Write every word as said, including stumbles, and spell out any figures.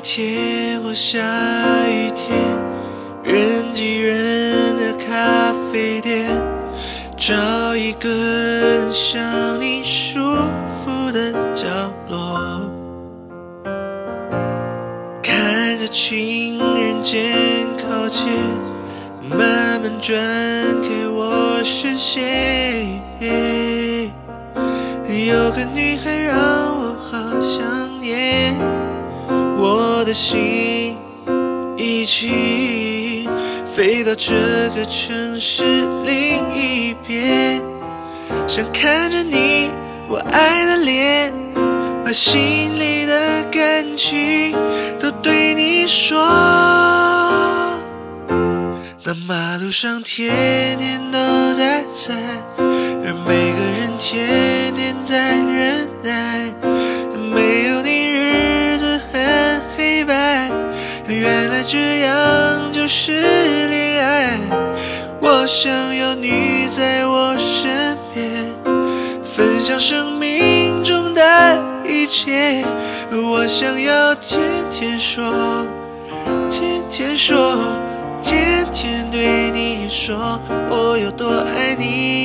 天或下雨天，人挤人的咖啡店，找一个能像你舒服的角落，看着情人间靠前，慢慢转开我视线。有个女孩让我好想念，我的心一起飞到这个城市另一边，想看着你我爱的脸，把心里的感情都对你说。那马路上天天都在塞，而每个人天天在忍耐，没有你日子很黑白，原来这样就是恋爱。我想要你在我身边，分享生命中的一切，我想要天天说，天天说，天天对你说我有多爱你。